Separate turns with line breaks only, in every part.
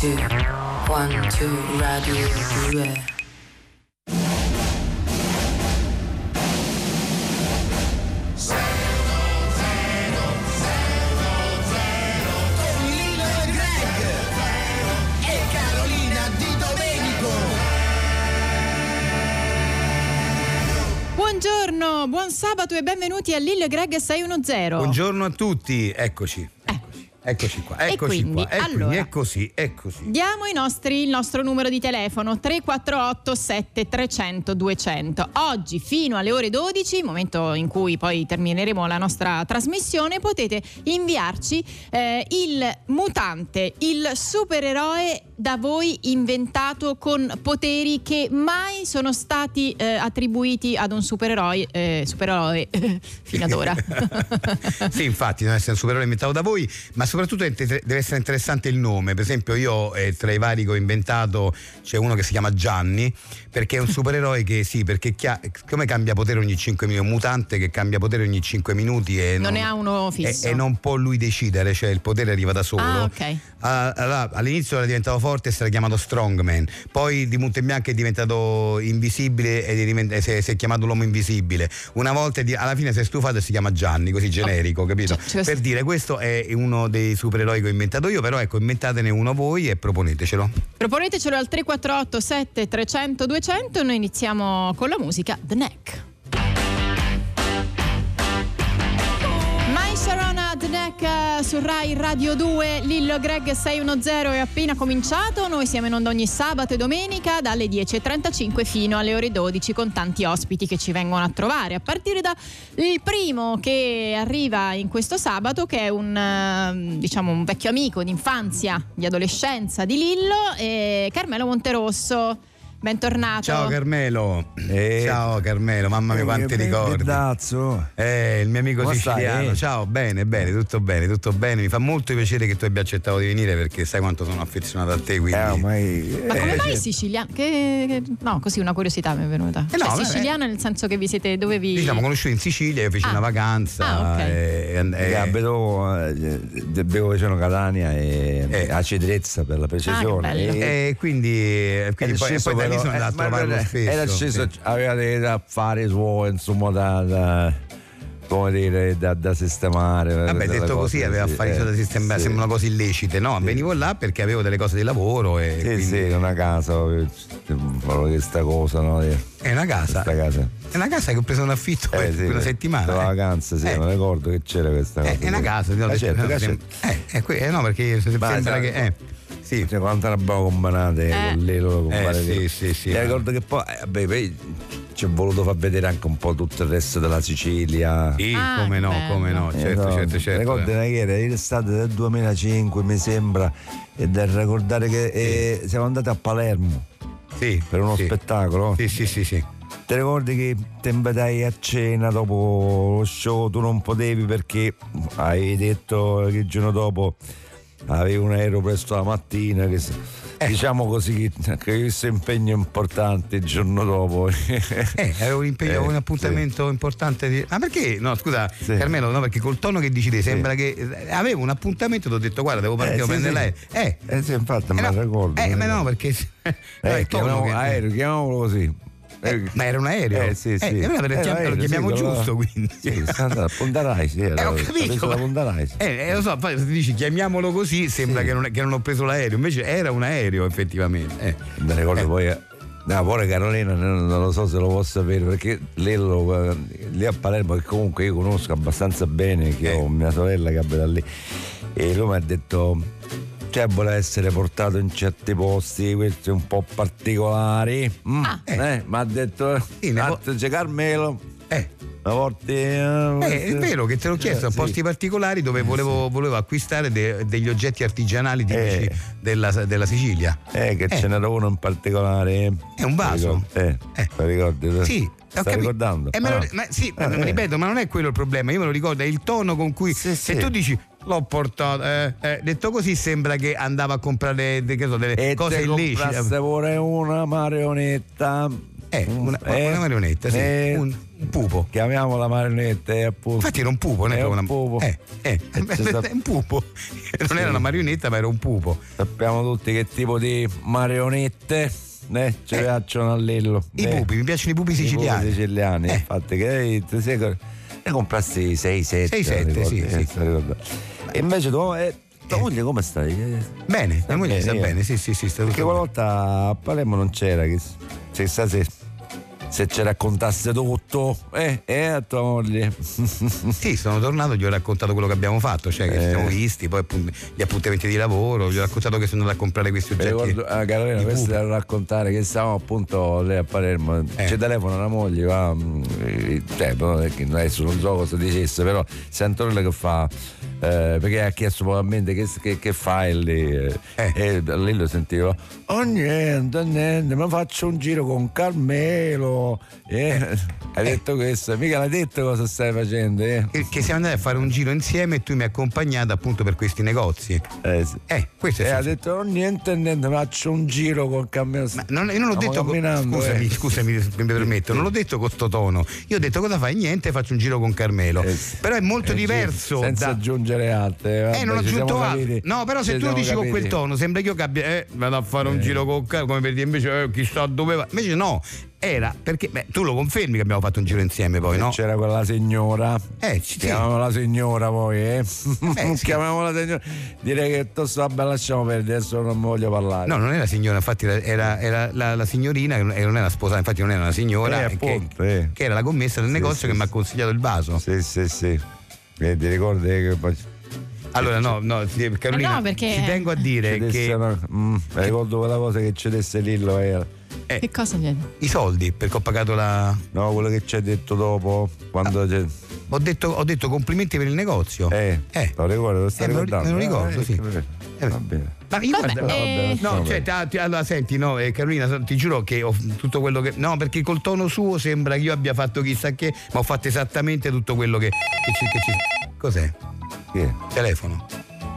2, 1, 2, Radio 2.
Buongiorno, buon sabato e benvenuti a Lillo e Greg 610.
Buongiorno a tutti, eccoci. Eccoci qua,
allora,
è così.
Diamo il nostro numero di telefono 348 7300 200. Oggi fino alle ore 12, momento in cui poi termineremo la nostra trasmissione, potete inviarci il mutante, il supereroe da voi inventato con poteri che mai sono stati attribuiti ad un supereroe fino ad ora.
Sì, infatti deve essere un supereroe inventato da voi, ma soprattutto deve essere interessante il nome. Per esempio io tra i vari che ho inventato c'è uno che si chiama Gianni, perché è un supereroe che perché come cambia potere ogni 5 minuti, un mutante che cambia potere ogni 5 minuti e
non ne ha uno fisso
e non può lui decidere, cioè il potere arriva da solo.
Ok.
Allora, all'inizio era diventato forte e si era chiamato Strongman, poi di punto in bianco è diventato invisibile e si è chiamato l'uomo invisibile. Una volta alla fine si è stufato e si chiama Gianni, così generico, capito? Per dire, questo è uno dei supereroi che ho inventato io, però ecco, inventatene uno voi e proponetecelo
al 348 7300 200. Noi iniziamo con la musica The Neck. Sharona The Neck su Rai Radio 2. Lillo Greg 610 è appena cominciato. Noi siamo in onda ogni sabato e domenica dalle 10.35 fino alle ore 12 con tanti ospiti che ci vengono a trovare, a partire da il primo che arriva in questo sabato, che è un vecchio amico d'infanzia, di adolescenza di Lillo, Carmelo Monterosso. Bentornato.
Ciao Carmelo. Ciao Carmelo, mamma mia quanti ricordi. Il mio amico come siciliano. Stai? Ciao, bene, tutto bene. Mi fa molto piacere che tu abbia accettato di venire, perché sai quanto sono affezionato a te, quindi.
Ma come mai siciliano? No, così una curiosità mi è venuta. Siciliano nel senso che vi siete dove vi.
Siamo conosciuti in Sicilia, io feci una vacanza.
Okay. Abito vicino Catania e a Cedrezza per la precisione.
E quindi poi da lì sono andato a trovarlo spesso.
Era sceso, aveva dei affari suoi, insomma, da sistemare.
Vabbè, detto così, aveva affari da sistemare, sembrano cose illecite, no? Sì. Venivo là perché avevo delle cose di lavoro e
sì, una casa, questa cosa, no?
È una casa. È una casa che ho preso in affitto per una settimana.
La vacanza, non ricordo che c'era questa cosa.
È una casa, no, no, perché sembra che sì,
cioè, quante ne abbiamo combinate con lei, loro
sì.
Mi ricordo che poi ci è voluto far vedere anche un po' tutto il resto della Sicilia.
Sì, come no, certo.
Ricordo che era l'estate del 2005, mi sembra, e da ricordare che siamo andati a Palermo per uno spettacolo.
Sì.
Ti ricordi che ti invitai a cena dopo lo show? Tu non potevi perché hai detto che il giorno dopo avevi un aereo presto la mattina, che diciamo così, che questo impegno importante il giorno dopo.
Avevo un impegno, un appuntamento importante ma perché? No, scusa, Carmelo, no, perché col tono che dici te sembra che avevo un appuntamento, ti ho detto guarda, devo partire a prendere l'aereo.
Sì, infatti me lo ricordo.
Ma no, perché
aereo, chiamiamolo così.
Ma era un aereo? Lo chiamiamo giusto, quindi.
La Punta Rai,
ho capito.
La Punta Rai.
Lo so, poi se ti dici chiamiamolo così sembra che non ho preso l'aereo, invece era un aereo effettivamente.
Mi ricordo poi. Poi Carolina non lo so se lo può sapere, perché lì a Palermo, che comunque io conosco abbastanza bene, che ho mia sorella che abita lì, e lui mi ha detto vuole essere portato in certi posti, questi un po' particolari. Mi ha detto c'è Carmelo. Una volta
è vero che te l'ho chiesto, a posti particolari dove volevo acquistare degli oggetti artigianali tipici della Sicilia.
Che ce n'era uno in particolare.
È un vaso.
Lo ricordi?
Sì.
Stai ricordando?
Ripeto, ma non è quello il problema. Io me lo ricordo, è il tono con cui se tu dici l'ho portato, detto così sembra che andava a comprare delle cose illecite.
E pure una marionetta.
Una marionetta, sì. Un pupo.
Chiamiamola marionetta, appunto.
Infatti era un pupo, non
è
una...
un pupo.
È un pupo. Non era una marionetta, ma era un pupo.
Sappiamo tutti che tipo di marionette ci piacciono a Lillo.
I pupi, mi piacciono i pupi siciliani.
Infatti, che ne comprassi 6-7.
6-7, sì.
E invece tua moglie come stai?
Bene, mia moglie sta bene, sì, sta
perché quella volta a Palermo non c'era, chissà se ci raccontasse tutto, a tua moglie.
Sì, sono tornato, gli ho raccontato quello che abbiamo fatto, cioè che ci siamo visti, poi gli appuntamenti di lavoro, gli ho raccontato che sono andato a comprare questi oggetti.
Carolina, questo da raccontare che stavamo appunto lì a Palermo, ci telefona la moglie, adesso non so cosa dicesse, però sento lei che fa, perché ha chiesto probabilmente che fai lì, e lì lo sentivo, niente, ma faccio un giro con Carmelo. Hai detto questo, mica l'hai detto cosa stai facendo,
che siamo andati a fare un giro insieme e tu mi hai accompagnato appunto per questi negozi.
Sì.
Questo è
ha detto niente, faccio un giro con Carmelo.
Ma io non l'ho detto scusami, mi permetto, non l'ho detto con sto tono. Io ho detto cosa fai? Niente, faccio un giro con Carmelo. Però è molto diverso
senza aggiungere altre.
Non ho aggiunto altro. No, però se tu lo dici con quel tono sembra che io vado a fare un giro con Carmelo, come per dire invece chissà dove va. Invece no. Era perché tu lo confermi che abbiamo fatto un giro insieme poi, no?
C'era quella signora. Chiamiamo la signora poi, chiamiamo la signora. Direi che vabbè, lasciamo perdere, adesso non mi voglio parlare.
No, non era signora, infatti era la signorina che non era sposata, infatti non era una signora, che era la commessa del negozio che mi ha consigliato il vaso.
Sì. Ti ricordi che poi.
Allora no, Carolina,
perché
ci tengo a dire che
ricordo quella cosa che ci desse Lillo
che cosa gli hai detto?
I soldi, perché ho pagato la...
No, quello che ci hai detto dopo, quando
ho detto complimenti per il negozio.
Lo ricordo, lo stai ricordando?
Me lo ricordo, sì.
Va bene.
Ma io allora senti, Carolina, ti giuro che ho tutto quello che... No, perché col tono suo sembra che io abbia fatto chissà che, ma ho fatto esattamente tutto quello che ci... Cos'è?
Chi è?
Telefono.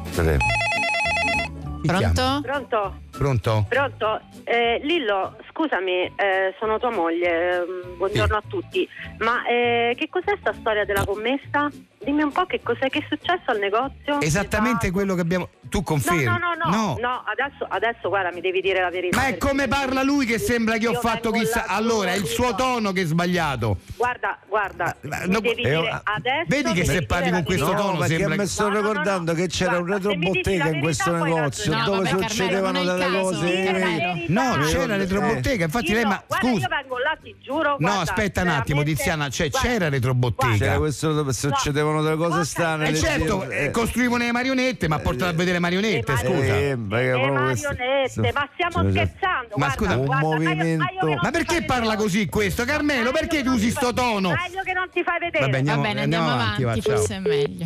Pronto?
Lillo, scusami, sono tua moglie, buongiorno a tutti, ma che cos'è sta storia della commessa? Dimmi un po' che cos'è, che è successo al negozio?
Esattamente quello che abbiamo... Tu confermi?
No, adesso guarda, mi devi dire la verità.
Ma è come parla lui che sembra che ho fatto chissà... Allora, è il suo tono che è sbagliato.
Guarda, mi devi dire adesso...
Vedi che se parli con questo tono
sembra... Perché mi sto ricordando che c'era un retrobottega in questo negozio dove succedevano delle cose...
No, c'era retrobottega, infatti lei...
Scusa, io vengo là, ti giuro...
No, aspetta un attimo, Tiziana, c'era retrobottega.
C'era questo dove succedevano delle cose strane.
Certo, costruivano le marionette, ma ha portato a vedere marionette, scusa.
Le marionette, ma stiamo scherzando?
Ma scusa,
un movimento.
Ma perché parla così questo, Carmelo? Perché tu usi sto tono?
Meglio che non ti fai vedere.
Va bene, andiamo avanti, forse è meglio.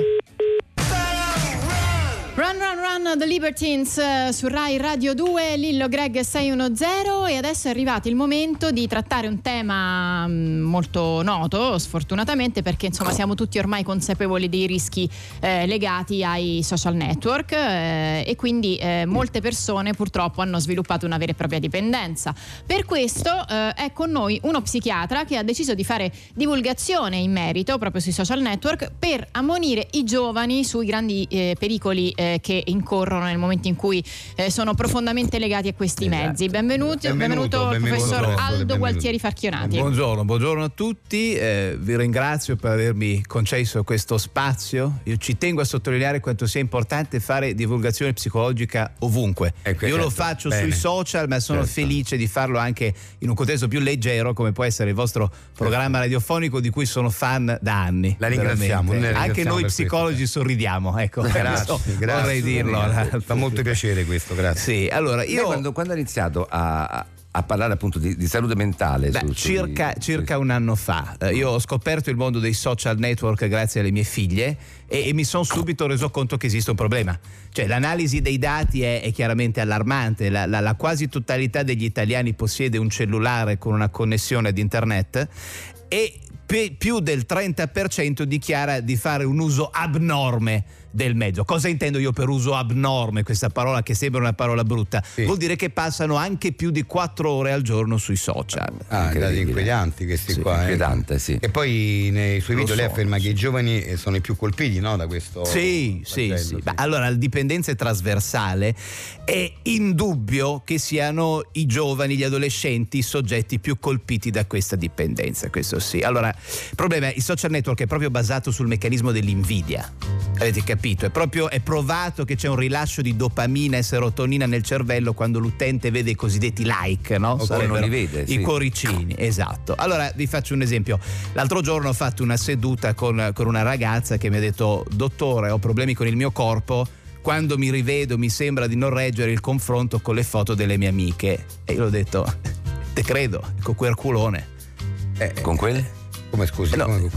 Run, The Libertines su Rai Radio 2, Lillo Greg 610, e adesso è arrivato il momento di trattare un tema molto noto, sfortunatamente, perché insomma siamo tutti ormai consapevoli dei rischi legati ai social network, e quindi molte persone purtroppo hanno sviluppato una vera e propria dipendenza. Per questo è con noi uno psichiatra che ha deciso di fare divulgazione in merito proprio sui social network per ammonire i giovani sui grandi pericoli che incorrono nel momento in cui sono profondamente legati a questi mezzi. Benvenuto professor Aldo Gualtieri Farchionati.
Buongiorno a tutti, vi ringrazio per avermi concesso questo spazio. Io ci tengo a sottolineare quanto sia importante fare divulgazione psicologica ovunque. Io lo faccio sui social, ma sono felice di farlo anche in un contesto più leggero come può essere il vostro programma radiofonico, di cui sono fan da anni.
La ringraziamo.
Anche noi psicologi sorridiamo, ecco.
Grazie.
Vorrei dirlo.
Fa molto piacere questo, grazie.
Sì, allora io
quando ha iniziato a parlare appunto di salute mentale,
circa un anno fa, io ho scoperto il mondo dei social network grazie alle mie figlie e mi sono subito reso conto che esiste un problema. Cioè, l'analisi dei dati è chiaramente allarmante. La quasi totalità degli italiani possiede un cellulare con una connessione ad internet e più del 30% dichiara di fare un uso abnorme del mezzo. Cosa intendo io per uso abnorme, questa parola che sembra una parola brutta?
Sì.
Vuol dire che passano anche più di 4 ore al giorno sui social.
Inquietanti questi qua.
Inquietante, sì.
E poi nei suoi video lei afferma
sì.
che i giovani sono i più colpiti, no, da questo.
Sì. Beh, allora, la dipendenza è trasversale. È indubbio che siano i giovani, gli adolescenti, i soggetti più colpiti da questa dipendenza, questo sì. Allora, il problema è il social network è proprio basato sul meccanismo dell'invidia. Avete capito? È provato che c'è un rilascio di dopamina e serotonina nel cervello quando l'utente vede i cosiddetti like, no?
Non li vede,
i cuoricini, esatto. Allora vi faccio un esempio. L'altro giorno ho fatto una seduta con una ragazza che mi ha detto: dottore, ho problemi con il mio corpo, quando mi rivedo mi sembra di non reggere il confronto con le foto delle mie amiche. E io ho detto: te credo, con quel culone.
Con quelle?
Come scusi?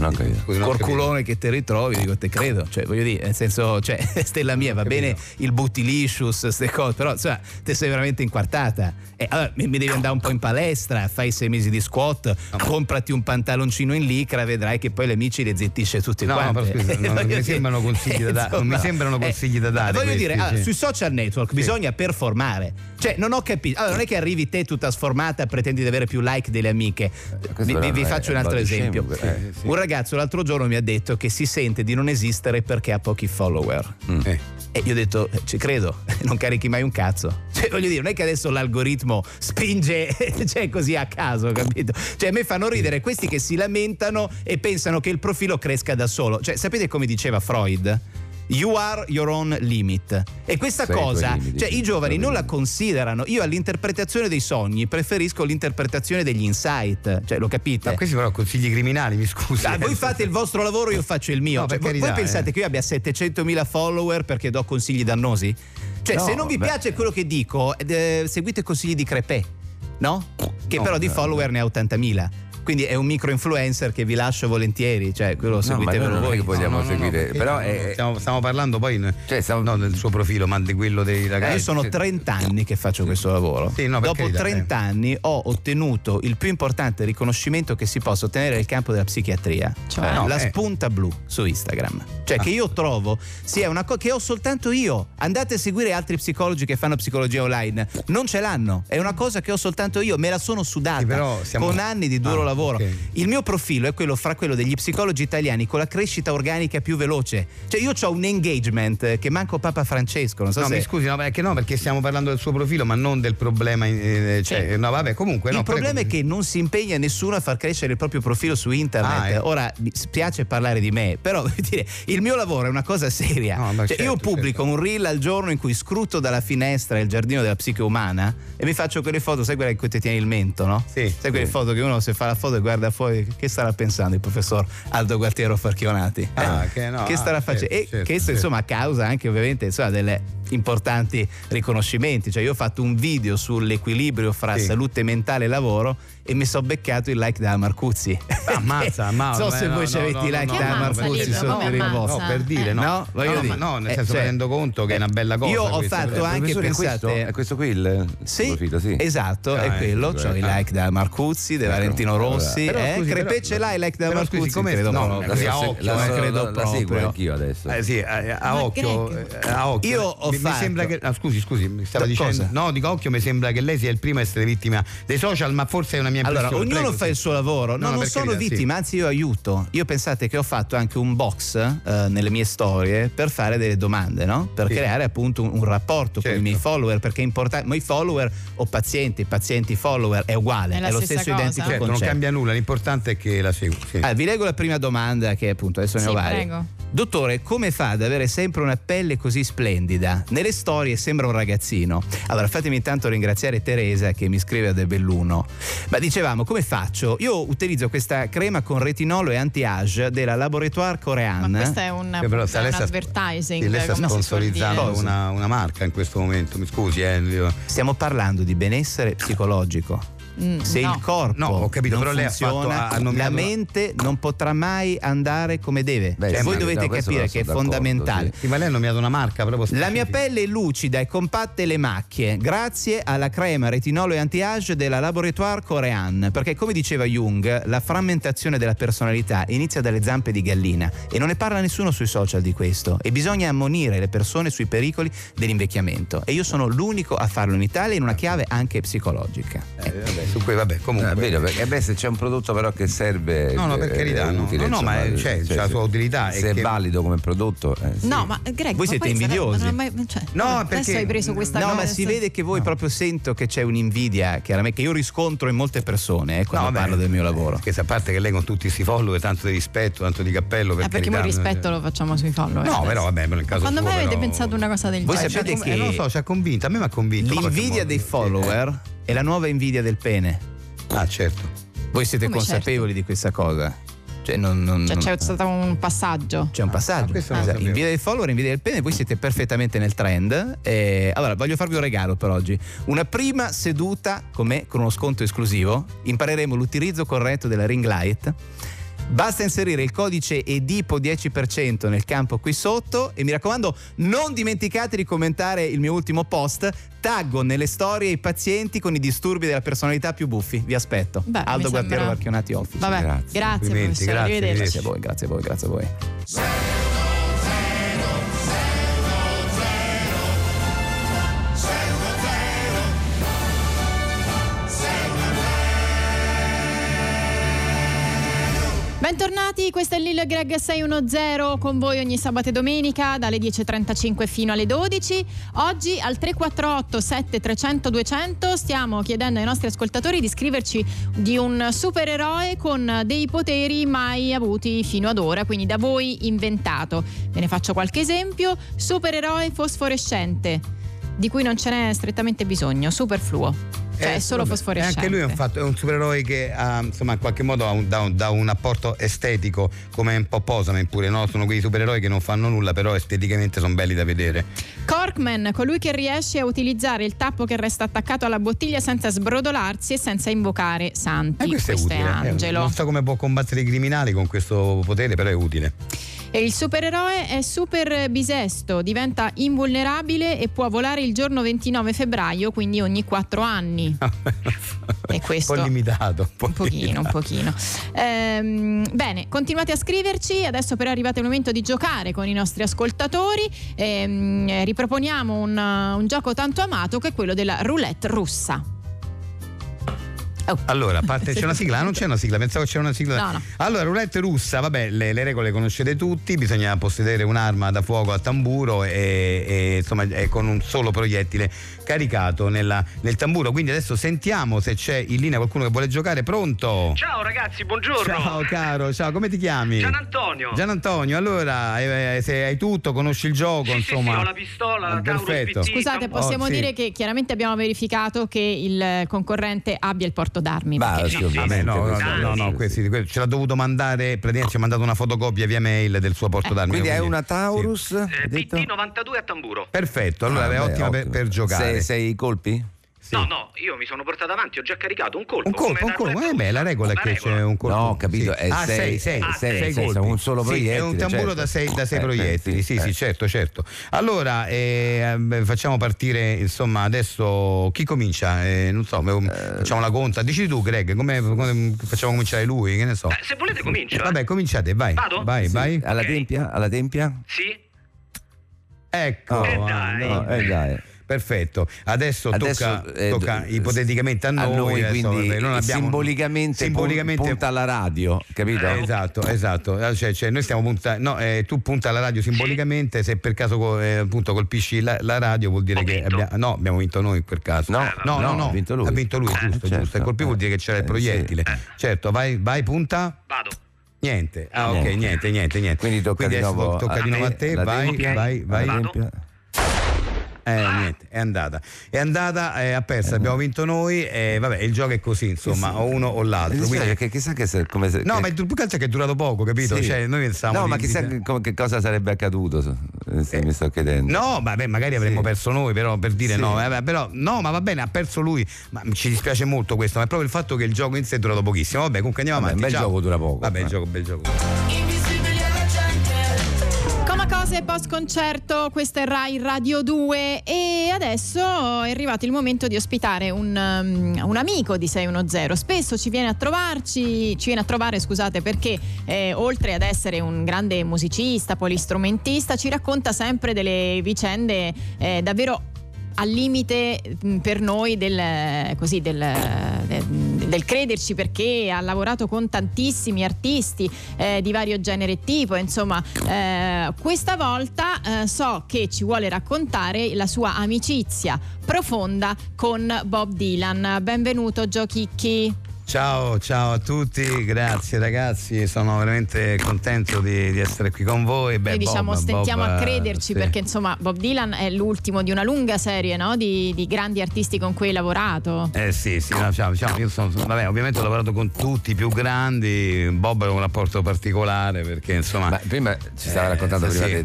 Corculone che te ritrovi, dico te credo, cioè voglio dire, nel senso, cioè stella mia, va bene il Bootylicious, queste cose, però insomma, te sei veramente inquartata. Allora mi devi andare un po' in palestra, fai 6 mesi di squat, comprati un pantaloncino in licra, vedrai che poi gli amici le zittisce tutti quanti.
Non mi sembrano consigli da dare. Non mi sembrano consigli da dare.
Voglio
questi,
dire, sui social network bisogna performare. Cioè, non ho capito. Allora, non è che arrivi te tutta sformata, pretendi di avere più like delle amiche. Vi faccio un altro esempio. Un ragazzo l'altro giorno mi ha detto che si sente di non esistere perché ha pochi follower. E io ho detto: ci credo, non carichi mai un cazzo. Cioè, voglio dire, non è che adesso l'algoritmo spinge cioè così a caso, capito? Cioè, a me fanno ridere questi che si lamentano e pensano che il profilo cresca da solo. Cioè, sapete come diceva Freud? You are your own limit. E questa cosa, cioè i giovani non la considerano. Io all'interpretazione dei sogni preferisco l'interpretazione degli insight. Cioè, lo capite?
Ma questi però consigli criminali, mi scusi.
Voi fate il vostro lavoro, io faccio il mio.
No,
cioè, voi pensate che io abbia 700.000 follower perché do consigli dannosi? Cioè, se non vi piace quello che dico, seguite consigli di Crepè, no? Che però di follower ne ha 80.000. Quindi è un micro influencer che vi lascio volentieri, cioè quello seguitevelo voi.
Che vogliamo seguire, però
stiamo parlando poi non del suo profilo, ma di quello dei ragazzi.
Io sono 30 anni che faccio questo lavoro. Dopo 30 anni ho ottenuto il più importante riconoscimento che si possa ottenere nel campo della psichiatria, cioè la spunta blu su Instagram. Cioè che io trovo sia una cosa che ho soltanto io. Andate a seguire altri psicologi che fanno psicologia online, non ce l'hanno. È una cosa che ho soltanto io, me la sono sudata con anni di duro lavoro. Il mio profilo è quello fra quello degli psicologi italiani con la crescita organica più veloce. Cioè io ho un engagement che manco Papa Francesco, non so se...
mi scusi, perché stiamo parlando del suo profilo ma non del problema, comunque
il problema è che non si impegna nessuno a far crescere il proprio profilo su internet. Ora mi spiace parlare di me, però voglio dire, il mio lavoro è una cosa seria. Io pubblico un reel al giorno in cui scruto dalla finestra il giardino della psiche umana e mi faccio quelle foto, sai quella in cui ti tieni il mento, no? Sai quelle foto che uno se fa la foto e guarda fuori, che starà pensando il professor Aldo Gualtiero Farchionati? Che starà facendo? Questo insomma causa anche ovviamente delle importanti riconoscimenti. Cioè io ho fatto un video sull'equilibrio fra salute mentale e lavoro e mi sono beccato il like da Marcuzzi.
Ammazza,
so se voi ci avete i like da Marcuzzi sotto il vostro.
No, per dire, voglio dire, nel senso mi rendo conto che è una bella cosa.
Io ho fatto anche, pensate,
è questo qui il profilo,
esatto, è quello. C'ho i like da Marcuzzi, da Valentino Rossi. Crepè ce l'hai like da Marcuzzi?
Credo
credo
la seguo anch'io adesso.
A occhio.
Io ho
mi sembra che scusi, mi stava dicendo. No, dico occhio, mi sembra che lei sia il primo a essere vittima dei social, ma forse è una mia impressione.
Allora, ognuno fa il suo lavoro. Non sono vittima, anzi io aiuto. Io pensate che ho fatto anche un box nelle mie storie per fare delle domande, no? Per creare appunto un rapporto con i miei follower, perché è importante. Ma i follower o pazienti follower è uguale, è lo stesso identico concetto.
Non cambia nulla, l'importante è che la segui.
Vi leggo la prima domanda che appunto adesso ne ho varie.
Prego.
Dottore, come fa ad avere sempre una pelle così splendida? Nelle storie sembra un ragazzino. Allora fatemi intanto ringraziare Teresa che mi scrive da Belluno. Ma dicevamo, come faccio? Io utilizzo questa crema con retinolo e anti-age della Laboratoire Coréen.
Ma questo è un advertising.
Lei sta sponsorizzando una marca in questo momento, mi scusi.
Stiamo parlando di benessere psicologico. Se il corpo
ho capito,
non
però
funziona, la mente non potrà mai andare come deve.
Beh,
voi dovete capire che è fondamentale.
Sì, ma lei ha nominato una marca proprio specifica.
La mia pelle è lucida e compatte le macchie grazie alla crema retinolo e anti-age della Laboratoire Coréen, perché come diceva Jung, la frammentazione della personalità inizia dalle zampe di gallina e non ne parla nessuno sui social di questo, e bisogna ammonire le persone sui pericoli dell'invecchiamento, e io sono l'unico a farlo in Italia in una chiave anche psicologica.
Su cui comunque
vero, perché se c'è un prodotto però che serve,
no, per carità,
utile,
no, ma c'è la sua utilità,
se è valido come prodotto, sì.
No, ma Greg,
voi siete invidiosi.
No,
adesso
perché
hai preso questa cosa.
No, ma si vede che voi proprio sento che c'è un'invidia chiaramente che io riscontro in molte persone quando parlo del mio lavoro.
Che a parte che lei con tutti questi follower, tanto di rispetto, tanto di cappello, per
perché
carità,
noi rispetto lo facciamo sui follower.
No, però vabbè, nel caso
quando
suo,
mai avete
però...
pensato una cosa del
Voi
genere?
sapete che
non lo so, ci ha convinto, a me mi ha convinto.
L'invidia dei follower è la nuova invidia del pene.
Ah, certo.
Voi siete
Come
consapevoli di questa cosa? Cioè,
c'è stato un passaggio.
C'è un passaggio.
Esatto.
Invidia del follower, invidia del pene, voi siete perfettamente nel trend. Allora, voglio farvi un regalo per oggi. Una prima seduta con me, con uno sconto esclusivo. Impareremo l'utilizzo corretto della ring light. Basta inserire il codice EDIPO 10% nel campo qui sotto, e mi raccomando non dimenticate di commentare il mio ultimo post. Taggo nelle storie i pazienti con i disturbi della personalità più buffi. Vi aspetto. Aldo Guattiero, Varchionati Office.
Vabbè, grazie professore, arrivederci.
Grazie a voi.
Bentornati, questo è Lil Greg 610 con voi ogni sabato e domenica dalle 10.35 fino alle 12. Oggi al 348 7300 200 stiamo chiedendo ai nostri ascoltatori di scriverci di un supereroe con dei poteri mai avuti fino ad ora, quindi da voi inventato. Ve ne faccio qualche esempio. Supereroe fosforescente, di cui non ce n'è strettamente bisogno, superfluo. Cioè è solo fosforescente.
Anche lui è un supereroe che ha, insomma, in qualche modo dà un apporto estetico, come un po' Posamen pure, no? Sono quei supereroi che non fanno nulla, però esteticamente sono belli da vedere.
Corkman, colui che riesce a utilizzare il tappo che resta attaccato alla bottiglia senza sbrodolarsi e senza invocare santi.
Questo
è
utile.
Angelo.
Non so come può combattere i criminali con questo potere, però è utile.
E il supereroe è super bisesto, diventa invulnerabile e può volare il giorno 29 febbraio, quindi ogni 4 anni. E questo
un po' limitato.
Un pochino. Bene, continuate a scriverci. Adesso però è arrivato il momento di giocare con i nostri ascoltatori. Riproponiamo un gioco tanto amato, che è quello della roulette russa.
Allora, c'è una sigla? Non c'è una sigla, pensavo c'era una sigla.
No.
Allora, roulette russa, vabbè, le regole conoscete tutti, bisogna possedere un'arma da fuoco a tamburo e insomma con un solo proiettile caricato nel tamburo. Quindi adesso sentiamo se c'è in linea qualcuno che vuole giocare. Pronto?
Ciao ragazzi, buongiorno.
Ciao caro, ciao, come ti chiami? Gianantonio, allora se hai tutto, conosci il gioco, insomma.
Sì, ho la pistola,
perfetto.
Scusate, possiamo dire che chiaramente abbiamo verificato che il concorrente abbia il porto d'armi.
No, ce l'ha dovuto mandare, praticamente ci ha mandato una fotocopia via mail del suo porto d'armi.
Quindi è una Taurus?
PT92 a tamburo.
Perfetto, allora è ottima per giocare.
Sei i colpi?
Sì. No, io mi sono portato avanti, ho già caricato un colpo.
La regola è che c'è un colpo.
No, ho capito,
sì. Sei colpi.
Un solo proiettile.
È un tamburo da sei proiettili. Sì, certo. Allora, facciamo partire, insomma, adesso chi comincia? Non so, facciamo la conta. Dici tu, Greg, come facciamo cominciare lui? Che ne so.
Se volete comincio.
Vabbè, cominciate, vai.
Vado?
Vai.
Alla tempia?
Sì.
Ecco.
Dai.
Perfetto, adesso tocca ipoteticamente a noi,
quindi
non abbiamo,
simbolicamente punta alla radio, capito?
Esatto, cioè noi stiamo puntando, tu punta alla radio simbolicamente, se per caso appunto colpisci la radio vuol dire che abbiamo vinto noi in quel caso. No,
ha vinto lui.
Ha vinto lui, giusto, e colpì vuol dire che c'era il proiettile. Certo, vai, punta.
Vado.
Niente. Ok, niente.
Quindi tocca di nuovo
a te, vai. Niente, è andata, ha perso, abbiamo vinto noi, vabbè, il gioco è così, insomma, o uno o l'altro.
Che chissà che come se,
no, ma più che altro che è durato poco, capito?
Sì.
Cioè, noi pensavamo
no, ma chissà che cosa sarebbe accaduto, se mi sto chiedendo.
No, vabbè, magari avremmo perso noi, però per dire no, però no, ma va bene, ha perso lui, ma ci dispiace molto questo, ma è proprio il fatto che il gioco in sé è durato pochissimo. Vabbè, comunque andiamo avanti.
Un bel gioco dura poco.
Vabbè, bel gioco.
Cose post concerto, questa è Rai Radio 2 e adesso è arrivato il momento di ospitare un amico di 610. Spesso ci viene a trovare, scusate, perché oltre ad essere un grande musicista, polistrumentista, ci racconta sempre delle vicende davvero al limite per noi del crederci, perché ha lavorato con tantissimi artisti di vario genere e tipo, insomma questa volta so che ci vuole raccontare la sua amicizia profonda con Bob Dylan. Benvenuto Gio Chicchi.
Ciao a tutti, grazie ragazzi, sono veramente contento di essere qui con voi.
Noi diciamo stentiamo a crederci, perché insomma Bob Dylan è l'ultimo di una lunga serie, no? di grandi artisti con cui hai lavorato.
Sì, no, diciamo, io ovviamente ho lavorato con tutti i più grandi. Bob è un rapporto particolare perché insomma.
Ma prima ci stava raccontando prima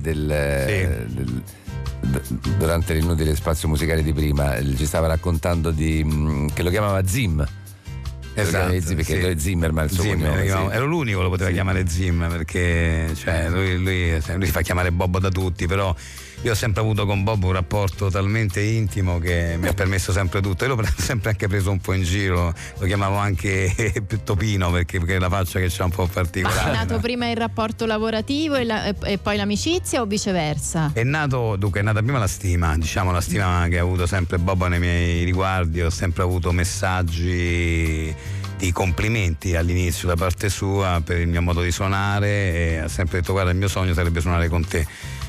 durante l'inutile spazio musicale di prima, ci stava raccontando che lo chiamava Zim.
Esatto,
perché Zimmerman il suo cognome,
ero l'unico che lo poteva chiamare Zim, perché cioè, lui si fa chiamare Bob da tutti, però io ho sempre avuto con Bob un rapporto talmente intimo che mi ha permesso sempre tutto. Io l'ho sempre anche preso un po' in giro, lo chiamavo anche Topino perché la faccia che c'ha un po' particolare.
Ma è nato prima il rapporto lavorativo e poi l'amicizia o viceversa?
È nata prima la stima che ha avuto sempre Bob nei miei riguardi. Ho sempre avuto messaggi di complimenti all'inizio da parte sua per il mio modo di suonare, e ha sempre detto: guarda, il mio sogno sarebbe suonare con te.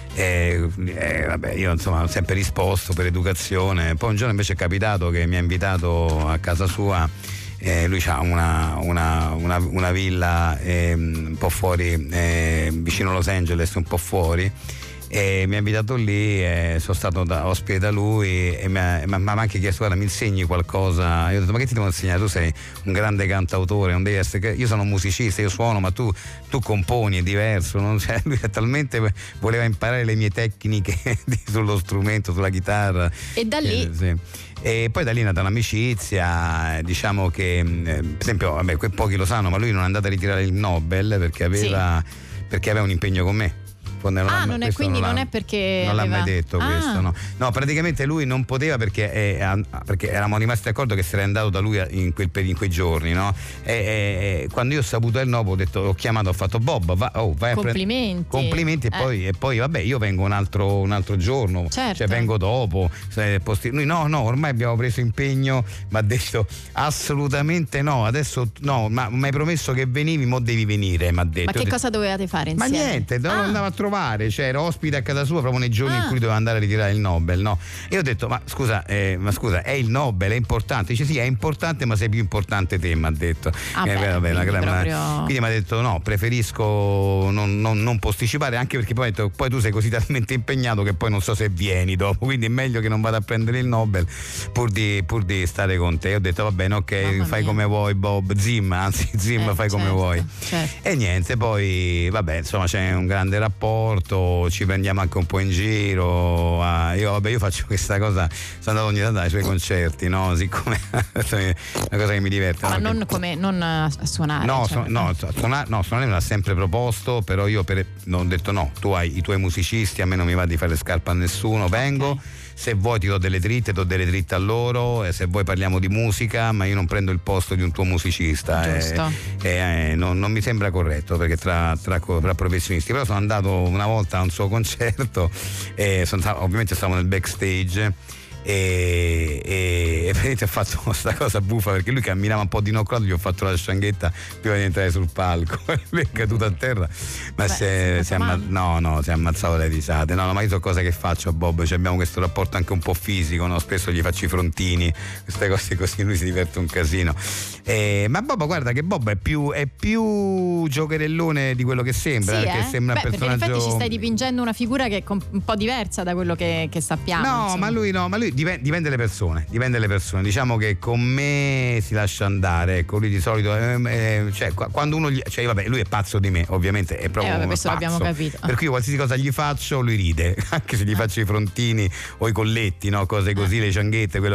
Vabbè, io insomma ho sempre risposto per educazione. Poi un giorno invece è capitato che mi ha invitato a casa sua. Lui ha una villa un po' fuori, vicino Los Angeles, un po' fuori, e mi ha invitato lì, sono stato ospite da lui e mi ha anche chiesto: guarda, mi insegni qualcosa? Io ho detto: ma che ti devo insegnare? Tu sei un grande cantautore, non devi essere, io sono un musicista, io suono, ma tu componi, è diverso, no? Cioè, lui talmente voleva imparare le mie tecniche sullo strumento, sulla chitarra,
e da lì
e poi da lì è nata un'amicizia. Diciamo che per esempio, vabbè, pochi lo sanno, ma lui non è andato a ritirare il Nobel perché aveva un impegno con me. Non è perché
non
l'ha mai detto questo, no, praticamente lui non poteva perché eravamo rimasti d'accordo che se n'era andato da lui in quei giorni, no? E quando io ho saputo il no, ho chiamato, ho fatto: Bob, vai complimenti e poi vabbè, io vengo un altro giorno,
certo.
Cioè vengo dopo. Lui no, ormai abbiamo preso impegno, mi ha detto assolutamente no, adesso no, ma mi hai promesso che venivi, mo devi venire, mi ha detto.
Ma che cosa dovevate fare insieme?
Ma niente, andavo a trovare, cioè ero ospite a casa sua proprio nei giorni in cui doveva andare a ritirare il Nobel, no? E ho detto: ma scusa, è il Nobel, è importante? Dice: sì, è importante, ma sei più importante te, mi ha detto. Quindi mi ha detto: no, preferisco non posticipare, anche perché poi tu sei così talmente impegnato che poi non so se vieni dopo, quindi è meglio che non vada a prendere il Nobel pur di stare con te. Ho detto: va bene, ok, fai come vuoi Bob, Zim, fai come vuoi.
Certo.
E niente, poi vabbè, insomma, c'è un grande rapporto, ci prendiamo anche un po' in giro. Io faccio questa cosa, sono andato ogni tanto ai suoi concerti, no? Siccome è una cosa che mi diverte.
Ma non a suonare.
Suonare me l'ha sempre proposto, però io ho detto: no, tu hai i tuoi musicisti, a me non mi va di fare le scarpe a nessuno, vengo. Okay. Se vuoi ti do delle dritte a loro, e se vuoi parliamo di musica, ma io non prendo il posto di un tuo musicista. Non mi sembra corretto, perché tra professionisti. Però sono andato una volta a un suo concerto, ovviamente stavo nel backstage, e praticamente ha fatto questa cosa buffa perché lui camminava un po' dinocolato, gli ho fatto la scianghetta prima di entrare sul palco. Lui è caduto a terra, ma si è ammazzato le risate. No, ma io so cosa che faccio a Bob, cioè, abbiamo questo rapporto anche un po' fisico, no? Spesso gli faccio i frontini, queste cose così, lui si diverte un casino. Ma Bob, guarda che Bob è più giocherellone di quello che sembra,
sì,
perché sembra un personaggio.
Perché in effetti ci stai dipingendo una figura che è un po' diversa da quello che sappiamo.
No, ma lui dipende dalle persone. Diciamo che con me si lascia andare, ecco, lui di solito cioè, quando uno cioè, vabbè, lui è pazzo di me, ovviamente è proprio
questo
pazzo.
L'abbiamo capito.
Per cui io qualsiasi cosa gli faccio lui ride, anche se gli faccio i frontini o i colletti, no, cose così, le cianghette, quello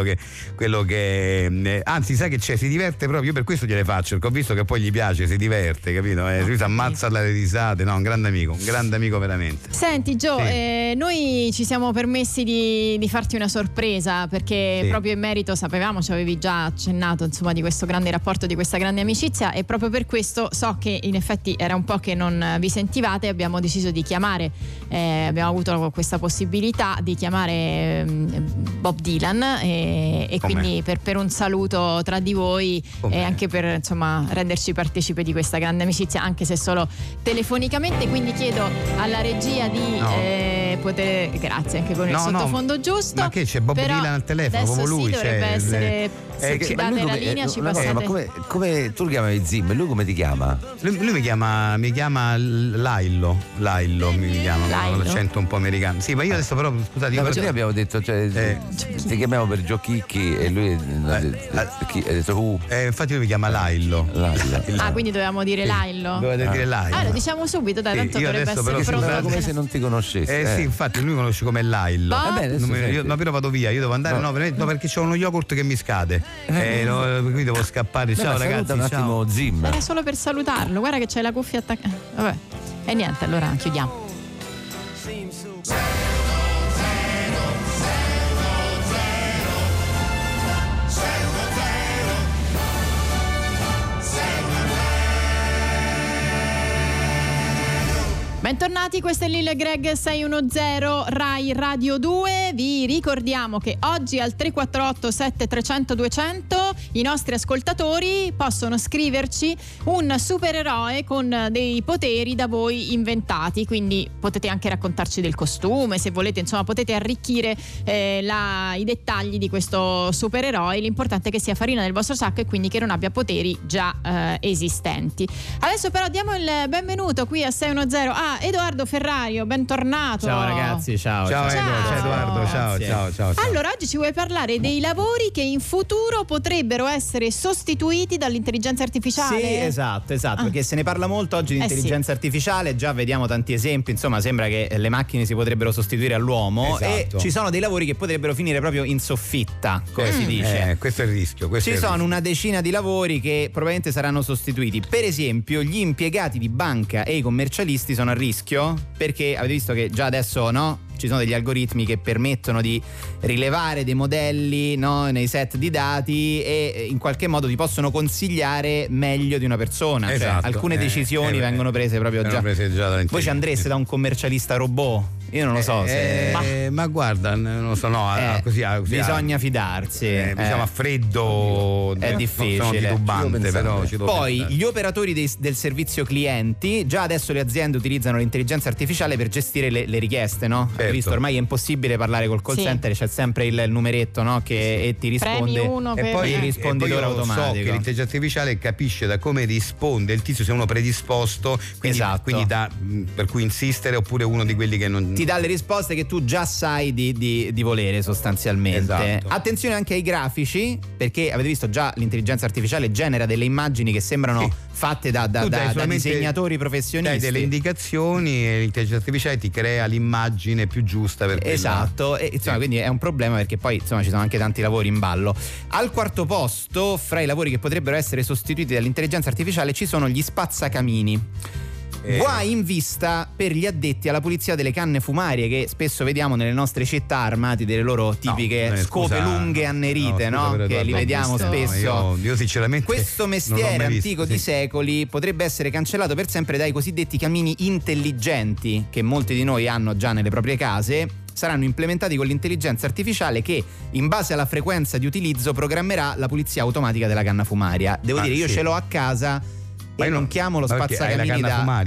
che anzi, sai che c'è, si diverte proprio, io per questo gliele faccio, perché ho visto che poi gli piace, si diverte, capito? Lui si ammazza dalle risate, no, un grande amico veramente.
Senti Gio,
sì.
Noi ci siamo permessi di farti una sorpresa, perché proprio in merito sapevamo, ci avevi già accennato, insomma, di questo grande rapporto, di questa grande amicizia, e proprio per questo so che in effetti era un po' che non vi sentivate, abbiamo deciso di chiamare, abbiamo avuto questa possibilità di chiamare Bob Dylan e quindi per un saluto tra di voi e anche per, insomma, renderci partecipe di questa grande amicizia, anche se solo telefonicamente. Quindi chiedo alla regia di poter, grazie, anche con il sottofondo giusto.
Ma che c'è Bob Dylan al telefono, proprio lui,
dovrebbe essere, se ci date la linea ci passate.
Ma come tu lo chiamavi Zim, lui come ti chiama?
Lui mi chiama Laillo mi chiama, con l'accento un po' americano. Sì, ma io adesso però, scusate,
noi abbiamo detto, cioè, ti chiamiamo per Gio Chicchi e lui ha detto
infatti lui mi chiama Laillo.
Quindi dovevamo dire Laillo.
Dovete dire Laillo.
Lo diciamo subito, dai, tanto dovrebbe essere pronto.
Come se non ti conoscessi.
Sì, infatti lui mi conosce come Laillo. Ma però vado via, io devo andare, no perché c'ho uno yogurt che mi scade. Quindi devo scappare. Ciao ragazzi,
un attimo Zim.
Era solo per salutarlo, guarda che c'hai la cuffia attaccata. Vabbè. E niente, allora chiudiamo. Bentornati, questo è Lil Greg 610 Rai Radio 2. Vi ricordiamo che oggi al 348 7300 200 i nostri ascoltatori possono scriverci un supereroe con dei poteri da voi inventati, quindi potete anche raccontarci del costume, se volete, insomma potete arricchire i dettagli di questo supereroe. L'importante è che sia farina del vostro sacco e quindi che non abbia poteri già esistenti. Adesso però diamo il benvenuto qui a 610 a Edoardo Ferrario, bentornato.
Ciao ragazzi, ciao
Edoardo, ciao.
Allora, oggi ci vuoi parlare dei lavori che in futuro potrebbero essere sostituiti dall'intelligenza artificiale?
Sì, esatto, perché se ne parla molto oggi di intelligenza artificiale, già vediamo tanti esempi, insomma sembra che le macchine si potrebbero sostituire all'uomo, e ci sono dei lavori che potrebbero finire proprio in soffitta, come si dice.
Questo è il rischio.
Ci sono una decina di lavori che probabilmente saranno sostituiti. Per esempio, gli impiegati di banca e i commercialisti sono a rischio, perché avete visto che già adesso ci sono degli algoritmi che permettono di rilevare dei modelli nei set di dati e in qualche modo ti possono consigliare meglio di una persona.
Esatto.
Cioè, alcune decisioni vengono prese proprio già. Voi ci andreste da un commercialista robot? Io non lo so
ma guarda, non lo so, così
bisogna fidarsi.
Diciamo a freddo
è difficile,
sono titubante, però
poi gli operatori del servizio clienti, già adesso le aziende utilizzano l'intelligenza artificiale per gestire le richieste, no? Certo. Visto, ormai è impossibile parlare col call center, c'è sempre il numeretto, che ti risponde
e
poi il risponditore automatico.
So che l'intelligenza artificiale capisce da come risponde il tizio, se è uno predisposto, quindi per cui insistere, oppure uno di quelli che non
ti dà le risposte che tu già sai di volere sostanzialmente.
Esatto.
Attenzione anche ai grafici, perché avete visto già l'intelligenza artificiale genera delle immagini che sembrano fatte da disegnatori professionisti.
Dai delle indicazioni e l'intelligenza artificiale ti crea l'immagine più giusta per quella.
Esatto, e quindi è un problema, perché poi ci sono anche tanti lavori in ballo. Al quarto posto, fra i lavori che potrebbero essere sostituiti dall'intelligenza artificiale, ci sono gli spazzacamini. Guai in vista per gli addetti alla pulizia delle canne fumarie, che spesso vediamo nelle nostre città armati delle loro tipiche scope lunghe annerite, che li vediamo spesso.
Io sinceramente
questo mestiere antico di secoli potrebbe essere cancellato per sempre dai cosiddetti camini intelligenti che molti di noi hanno già nelle proprie case. saranno implementati con l'intelligenza artificiale che, in base alla frequenza di utilizzo, programmerà la pulizia automatica della canna fumaria. Devo dire, io ce l'ho a casa. Ma io non chiamo lo spazzacamini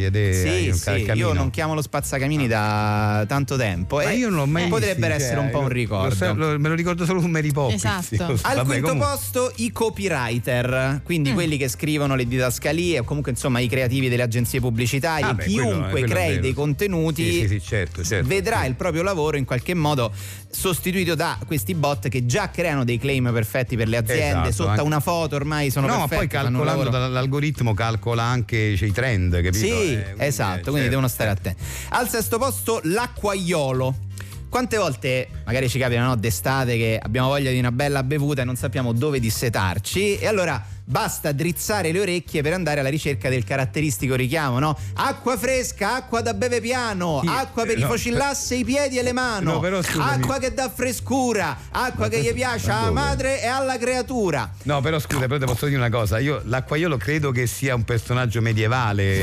io non chiamo lo spazzacamini da tanto tempo.
Ma io non l'ho mai
potrebbe essere un po' un ricordo.
Me lo ricordo solo con Mary Poppins.
Esatto.
Al quinto posto i copywriter, quindi quelli che scrivono le didascalie o comunque insomma i creativi delle agenzie pubblicitarie. Chiunque crei dei contenuti
certo.
vedrà il proprio lavoro in qualche modo sostituito da questi bot che già creano dei claim perfetti per le aziende. Sotto a una foto ormai sono perfetti.
Ma poi calcolando l'algoritmo calcola anche i trend, capito?
Sì, esatto, quindi devono stare attenti. Al sesto posto l'acquaiolo. Quante volte magari ci capita, no, d'estate che abbiamo voglia di una bella bevuta e non sappiamo dove dissetarci, e allora basta drizzare le orecchie per andare alla ricerca del caratteristico richiamo, no? Acqua fresca, acqua da bere piano, acqua per i focillasse i piedi e le mani, acqua che dà frescura, acqua che gli piace alla madre e alla creatura.
No, però scusa, però ti posso dire una cosa, io l'acquaiolo credo che sia un personaggio medievale,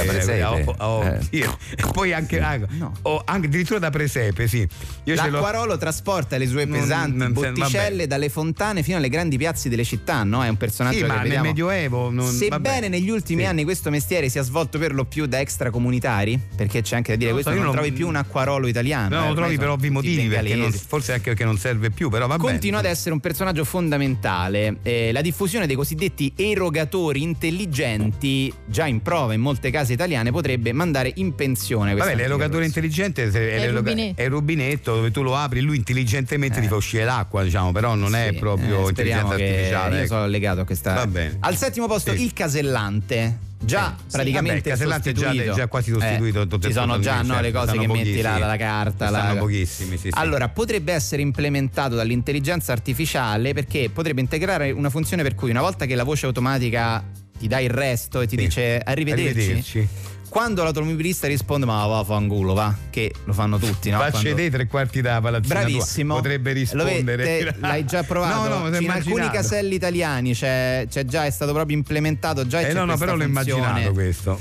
sì. E poi anche addirittura da presepe, sì.
L'acquarolo trasporta le sue pesanti botticelle dalle fontane fino alle grandi piazze delle città, no? È un personaggio che vediamo. Sebbene negli ultimi anni questo mestiere sia svolto per lo più da extracomunitari, perché c'è anche da dire questo, non trovi più un acquarolo italiano.
No, lo trovi per ovvi motivi, forse anche perché non serve più, però va bene.
Continua ad essere un personaggio fondamentale. La diffusione dei cosiddetti erogatori intelligenti, già in prova in molte case italiane, potrebbe mandare in pensione questa.
L'erogatore intelligente è il rubinetto dove tu lo apri, lui intelligentemente ti fa uscire l'acqua, diciamo, però non è proprio intelligenza artificiale.
Io sono legato a questa.
Va bene.
Al settimo posto il casellante. Già praticamente
sostituito. Già quasi sostituito.
Ci sono già le cose che metti la carta.
Sono pochissimi.
Allora, potrebbe essere implementato dall'intelligenza artificiale, perché potrebbe integrare una funzione per cui una volta che la voce automatica ti dà il resto e ti dice arrivederci. Quando l'automobilista risponde ma va fanculo, va, che lo fanno tutti, no?
Facci dei 3/4 da palazzina.
Bravissimo.
Tua, potrebbe rispondere.
L'hai già provato?
No,
in alcuni caselli italiani c'è già, è stato proprio implementato già.
Però l'ho immaginato questo.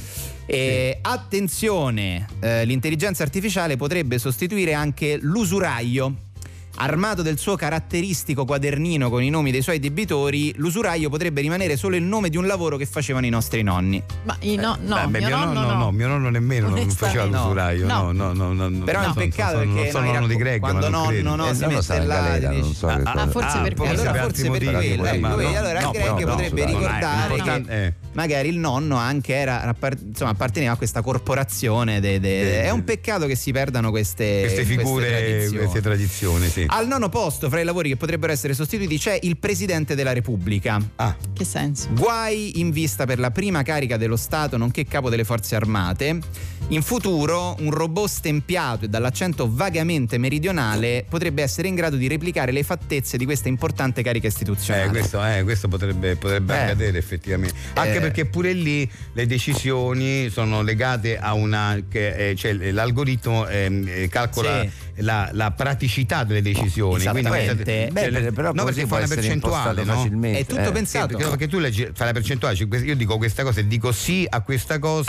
Attenzione, l'intelligenza artificiale potrebbe sostituire anche l'usuraio. Armato del suo caratteristico quadernino con i nomi dei suoi debitori, l'usuraio potrebbe rimanere solo il nome di un lavoro che facevano i nostri nonni.
Ma mio
nonno nemmeno non faceva l'usuraio. No.
Però è un peccato perché
sono nonno di Greg,
quando nonno si mette là, forse per quello. Allora Greg potrebbe ricordare che magari il nonno anche apparteneva a questa corporazione. È un peccato che si perdano queste figure,
queste tradizioni, sì.
Al nono posto, fra i lavori che potrebbero essere sostituiti, c'è il Presidente della Repubblica.
Che senso?
Guai in vista per la prima carica dello Stato nonché capo delle forze armate. In futuro un robot stempiato e dall'accento vagamente meridionale potrebbe essere in grado di replicare le fattezze di questa importante carica istituzionale.
Questo potrebbe accadere effettivamente, anche perché pure lì le decisioni sono legate a cioè l'algoritmo calcola la praticità delle decisioni.
Esattamente.
Però
perché fa una percentuale, no?
Facilmente.
È tutto pensato.
Perché tu fai la percentuale, io dico questa cosa e dico sì a questa cosa,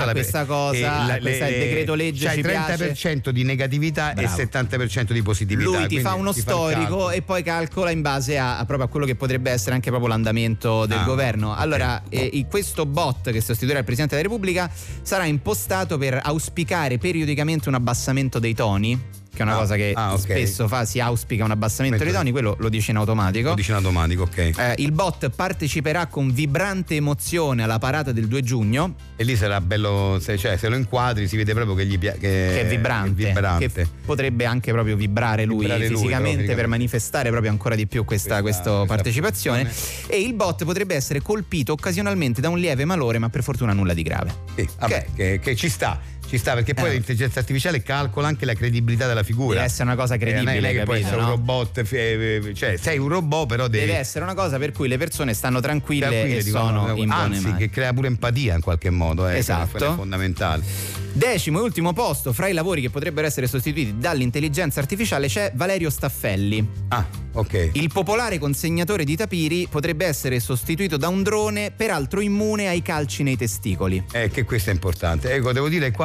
il decreto legge
c'hai
ci
30% di negatività e 70% di positività.
Lui ti fa uno storico e poi calcola in base a proprio a quello che potrebbe essere anche proprio l'andamento del governo. Allora, questo bot che sostituirà il Presidente della Repubblica sarà impostato per auspicare periodicamente un abbassamento dei toni, che è una cosa che spesso si auspica un abbassamento dei toni, quello lo dice in automatico. Il bot parteciperà con vibrante emozione alla parata del 2 giugno.
E lì sarà bello, se lo inquadri si vede proprio che
è vibrante. Che potrebbe anche proprio vibrare lui fisicamente per manifestare proprio ancora di più questa partecipazione. E il bot potrebbe essere colpito occasionalmente da un lieve malore, ma per fortuna nulla di grave.
Che ci sta. Perché poi l'intelligenza artificiale calcola anche la credibilità della figura.
Deve essere una cosa credibile,
non è che
capito,
può essere un robot, cioè sei un robot, però deve
essere una cosa per cui le persone stanno tranquille e sono in buone mani.
Che crea pure empatia in qualche modo.
Esatto.
È fondamentale.
Decimo e ultimo posto, fra i lavori che potrebbero essere sostituiti dall'intelligenza artificiale, c'è Valerio Staffelli. Il popolare consegnatore di tapiri potrebbe essere sostituito da un drone, peraltro immune ai calci nei testicoli.
Che questo è importante. Ecco, devo dire qua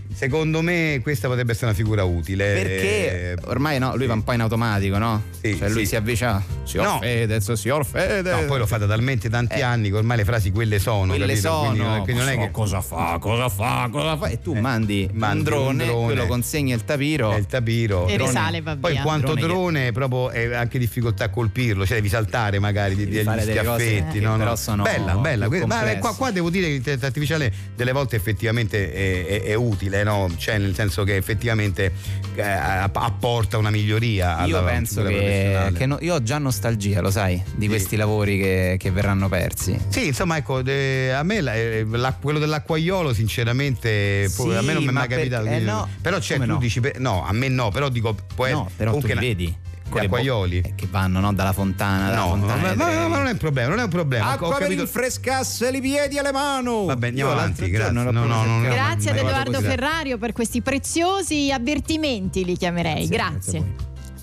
secondo me questa potrebbe essere una figura utile.
Perché ormai no, lui va un po' in automatico, no?
Sì,
cioè lui si avvicina, signor Fedez.
No, poi lo fa da talmente tanti anni che ormai le frasi quelle sono.
Quelle
capito?
sono.
Quindi non è che...
Cosa fa? E tu mandi un drone, quello consegna il tapiro.
E risale, va via.
Poi quanto drone proprio è anche difficoltà a colpirlo, cioè devi saltare magari degli schiaffetti. No?
Però sono
bella. Ma qua devo dire che l'intelligenza artificiale delle volte effettivamente è utile, no? Cioè nel senso che effettivamente apporta una miglioria alla
io penso che io ho già nostalgia, lo sai, di questi lavori che verranno persi.
Sì, insomma, ecco, a me quello dell'acquaiolo sinceramente a me non mi è mai capitato.
No,
però tu dici no, a me no, però dico
no, però tu li vedi
gli acquaioli
che vanno, no, dalla fontana,
ma non è un problema,
acqua per rinfrescasse i piedi e le mani.
Vabbè, andiamo avanti, grazie.
Grazie ad Edoardo Ferrario per questi preziosi avvertimenti, li chiamerei. Grazie.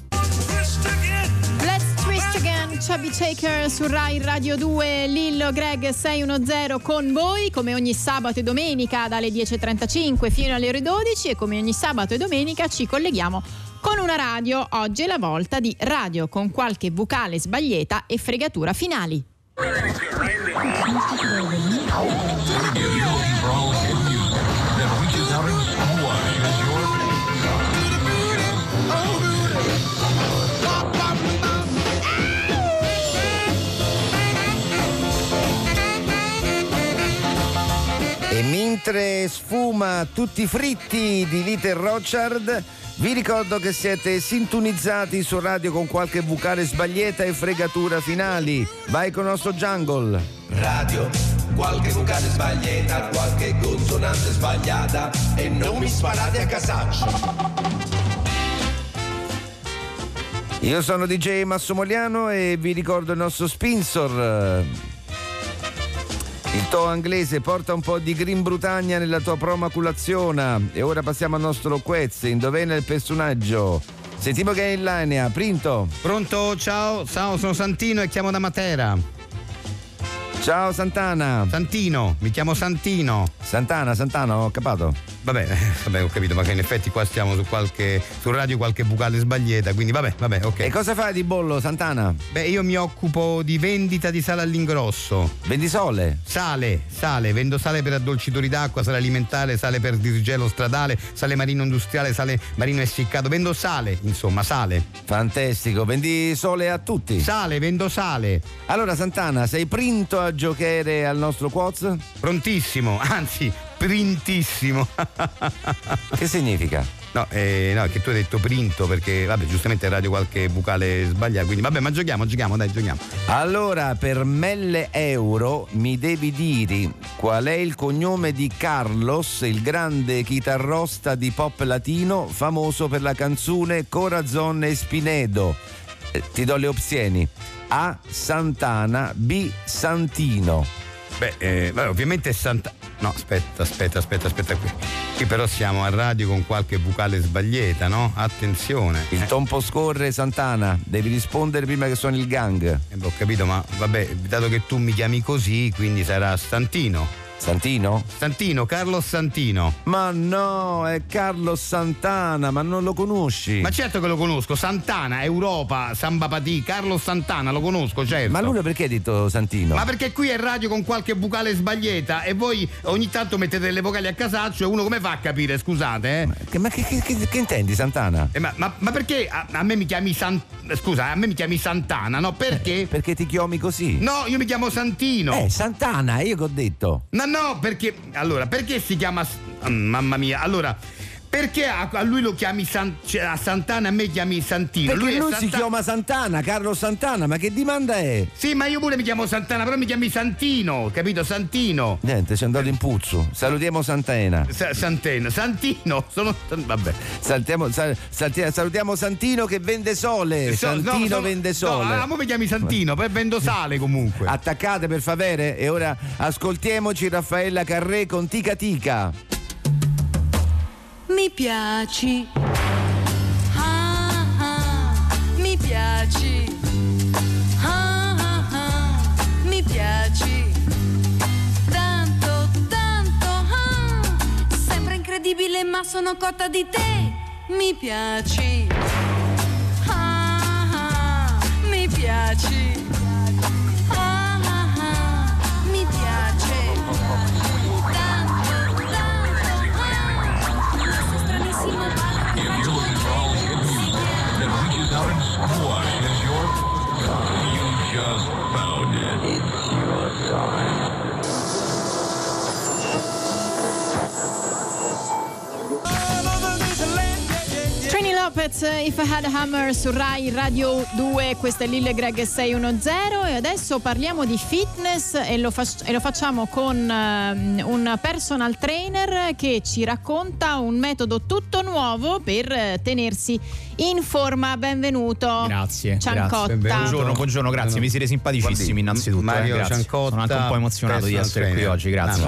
Let's twist again, Chubby Shaker su Rai Radio 2. Lillo Greg 610 con voi come ogni sabato e domenica dalle 10.35 fino alle ore 12, e come ogni sabato e domenica ci colleghiamo con una radio. Oggi è la volta di radio con qualche vocale sbagliata e fregatura finali.
E mentre sfuma tutti i fritti di Little Rothschild, vi ricordo che siete sintonizzati su radio con qualche vocale sbagliata e fregatura finali. Vai con il nostro jungle.
Radio, qualche vocale sbagliata, qualche consonante sbagliata, e non mi sparate a casaccio.
Io sono DJ Massomoliano e vi ricordo il nostro sponsor. Il tuo inglese porta un po' di Green Britannia nella tua promaculazione. E ora passiamo al nostro quiz. Indovina il personaggio. Sentiamo che è in linea.
Pronto? Ciao, sono Santino e chiamo da Matera.
Ciao Santana.
Santino, mi chiamo Santino.
Santana, ho capato.
Vabbè, ho capito, ma che in effetti qua stiamo su radio qualche vocale sbagliata, quindi vabbè, ok.
E cosa fai di bollo, Santana?
Beh, io mi occupo di vendita di sale all'ingrosso.
Vendi sole?
Sale, vendo sale per addolcitori d'acqua, sale alimentare, sale per disgelo stradale, sale marino industriale, sale marino essiccato, vendo sale, insomma, sale.
Fantastico, vendi sole a tutti?
Vendo sale.
Allora Santana, sei pronto a giocare al nostro quiz?
Prontissimo, anzi printissimo.
Che significa?
No, che tu hai detto printo perché, vabbè, giustamente radio qualche vocale sbagliata, quindi vabbè, ma giochiamo.
Allora, per 1.000 euro mi devi dire qual è il cognome di Carlos, il grande chitarrosta di pop latino famoso per la canzone Corazon e Spinedo. Ti do le opzioni: A. Santana, B. Santino.
Beh, ovviamente No, aspetta qui però siamo a radio con qualche vocale sbagliata, no? Attenzione.
Il tempo scorre, Santana, devi rispondere prima che suoni il gang.
Ho capito, ma vabbè, dato che tu mi chiami così, quindi sarà Santino.
Santino,
Carlos Santino.
Ma no, è Carlos Santana, ma non lo conosci?
Ma certo che lo conosco, Santana, Europa, Samba Patì, Carlos Santana, lo conosco, certo.
Ma lui perché ha detto Santino?
Ma perché qui è radio con qualche vocale sbagliata e voi ogni tanto mettete delle vocali a casaccio e uno come fa a capire, scusate,
Ma che intendi, Santana?
Ma perché a me mi chiami Santana, no? Perché?
Perché ti chiami così?
No, io mi chiamo Santino.
Santana, io che ho detto.
No, perché si chiama mamma mia, allora perché a lui lo chiami a Santana, a me chiami Santino?
Perché lui si chiama Santana, Carlo Santana, ma che dimanda è?
Sì, ma io pure mi chiamo Santana, però mi chiami Santino, capito? Santino.
Niente, sei andato in puzzo. Salutiamo Santena.
Santino, vabbè.
Salutiamo Santino che vende sole. Santino vende sole.
No, mi chiami Santino, poi vendo sale comunque.
Attaccate per favore e ora ascoltiamoci Raffaella Carré con Tica Tica.
Mi piaci, mi piaci, mi piaci, tanto, sembra incredibile ma sono cotta di te. Mi piaci, mi piaci, mi piace tanto, questo stranissimo ballo che faccio con
Trini Lopez, If I Had a Hammer su Rai Radio 2, questo è Lille Greg 610 e adesso parliamo di fitness e lo facciamo con un personal trainer che ci racconta un metodo tutto nuovo per tenersi in forma. Benvenuto.
Grazie.
Ciancotta.
Buongiorno, grazie. Mi siete simpaticissimi innanzitutto.
Mario
grazie.
Ciancotta.
Sono anche un po' emozionato di essere qui oggi, grazie.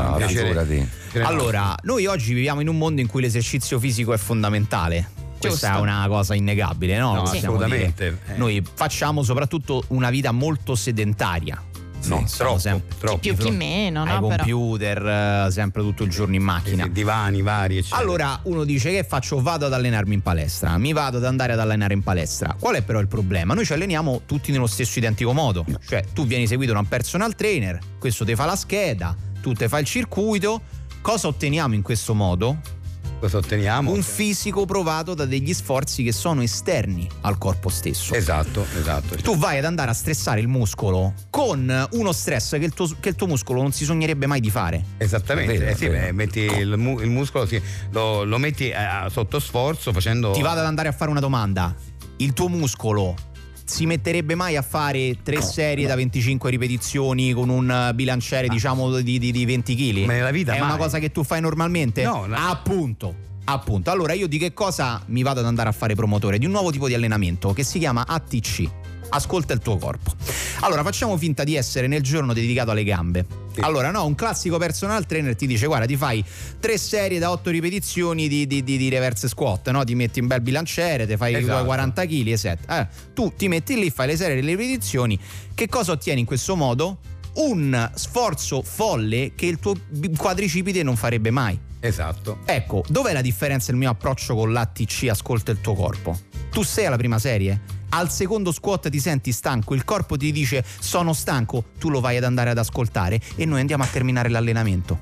Allora, noi oggi viviamo in un mondo in cui l'esercizio fisico è fondamentale. Questa è una cosa innegabile, no?
Assolutamente.
Noi facciamo soprattutto una vita molto sedentaria. No,
troppo.
Chi più chi meno, no?
Computer, sempre tutto il giorno in macchina.
Divani vari, eccetera.
Allora uno dice: che faccio? Vado ad allenarmi in palestra. Mi vado ad andare ad allenare in palestra. Qual è però il problema? Noi ci alleniamo tutti nello stesso identico modo. Cioè tu vieni seguito da un personal trainer, questo ti fa la scheda, tu te fai il circuito. Cosa otteniamo in questo modo?
Cosa otteniamo?
Un fisico provato da degli sforzi che sono esterni al corpo stesso.
Esatto.
Tu vai ad andare a stressare il muscolo con uno stress che il tuo muscolo non si sognerebbe mai di fare.
Esattamente. Metti il muscolo, lo metti sotto sforzo facendo.
Ti vado ad andare a fare una domanda. Il tuo muscolo si metterebbe mai a fare 3 serie da 25 ripetizioni con un bilanciere diciamo di 20 kg?
Ma nella vita
è
mai.
Una cosa che tu fai normalmente?
No.
Appunto. Allora io di che cosa mi vado ad andare a fare promotore? Di un nuovo tipo di allenamento che si chiama ATC. Ascolta il tuo corpo. Allora facciamo finta di essere nel giorno dedicato alle gambe. Sì. Allora un classico personal trainer ti dice: guarda, ti fai 3 serie da 8 ripetizioni di reverse squat, no? Ti metti un bel bilanciere, ti fai 40 kg e 7. Tu ti metti lì, fai le serie delle ripetizioni. Che cosa ottieni in questo modo? Un sforzo folle che il tuo quadricipite non farebbe mai.
Esatto.
Ecco, dov'è la differenza del mio approccio con l'ATC? Ascolta il tuo corpo. Tu sei alla prima serie, al secondo squat ti senti stanco, il corpo ti dice sono stanco, tu lo vai ad andare ad ascoltare e noi andiamo a terminare l'allenamento.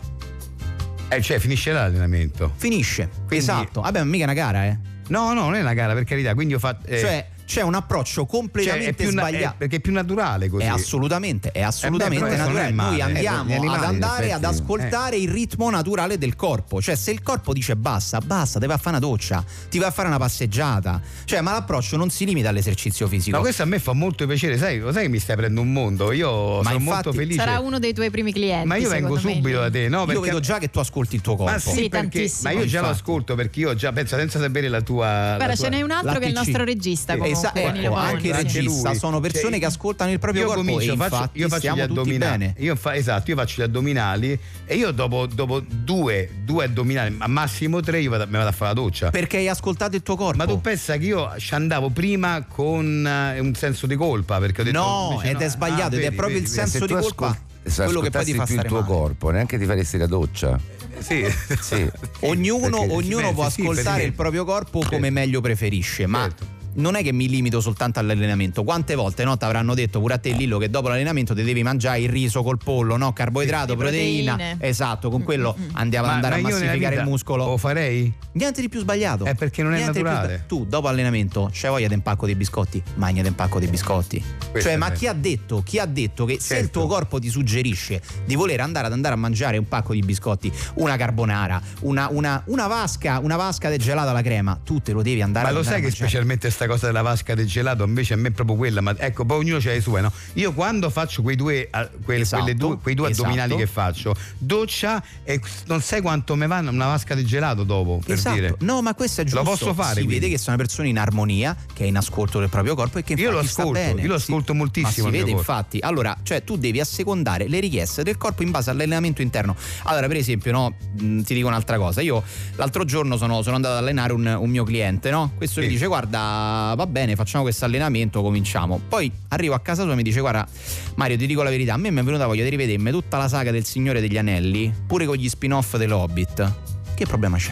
Cioè finisce l'allenamento.
Finisce. Quindi... Esatto. Vabbè, mica è una gara,
No, non è una gara, per carità, quindi io faccio
cioè c'è un approccio completamente sbagliato.
Perché è più naturale così.
È assolutamente naturale. Noi andiamo ad ascoltare il ritmo naturale del corpo. Cioè se il corpo dice basta, te vai a fare una doccia, ti vai a fare una passeggiata. Cioè, ma l'approccio non si limita all'esercizio fisico.
Ma questo a me fa molto piacere, sai che mi stai aprendo un mondo. Io sono molto felice.
Sarà uno dei tuoi primi clienti.
Ma io vengo subito da te, no?
Io vedo già che tu ascolti il tuo corpo.
Ma sì,
tantissimo.
Ma io già lo ascolto, perché io già penso senza sapere la tua.
Guarda, ce n'è un altro che è il nostro regista.
Anche il regista sono persone che ascoltano il proprio corpo.
Io faccio gli addominali. Io faccio gli addominali e io dopo due addominali, a massimo 3, io mi vado a fare la doccia.
Perché hai ascoltato il tuo corpo.
Ma tu pensa che io ci andavo prima con un senso di colpa, perché ho detto
è sbagliato, ed è proprio il senso di colpa quello che poi ti fa stare
il tuo
male.
corpo, neanche ti faresti la doccia.
Sì.
Ognuno può ascoltare il proprio corpo come meglio preferisce, ma non è che mi limito soltanto all'allenamento. Quante volte ti avranno detto pure a te, Lillo, che dopo l'allenamento ti devi mangiare il riso col pollo, no? Carboidrato, proteina. Esatto, con quello andiamo ad andare a massificare il muscolo.
Lo farei?
Niente di più sbagliato.
È perché non è naturale.
Tu dopo allenamento c'hai voglia di un pacco di biscotti, mangiati un pacco di biscotti. Cioè, ma chi ha detto che se il tuo corpo ti suggerisce di voler andare a mangiare un pacco di biscotti, una carbonara, una vasca del gelato alla crema, tu te lo devi andare a mangiare.
Ma lo sai che specialmente sta cosa della vasca del gelato invece a me è proprio quella, ma ecco, poi ognuno c'ha le sue, no? Io quando faccio quei due addominali che faccio, doccia e non sai quanto mi va una vasca di gelato dopo, per dire.
No, ma questo è giusto.
Lo posso fare.
Si vede che sono persone in armonia, che è in ascolto del proprio corpo e che
io lo ascolto moltissimo.
Ma si vede infatti. Allora, cioè tu devi assecondare le richieste del corpo in base all'allenamento interno. Allora, per esempio, no, ti dico un'altra cosa. Io l'altro giorno sono andato ad allenare un mio cliente, no? Questo mi dice: guarda, va bene, facciamo questo allenamento, cominciamo. Poi arrivo a casa sua e mi dice: guarda Mario, ti dico la verità, a me mi è venuta voglia di rivedermi tutta la saga del Signore degli Anelli, pure con gli spin-off dell'Hobbit. Che problema c'è?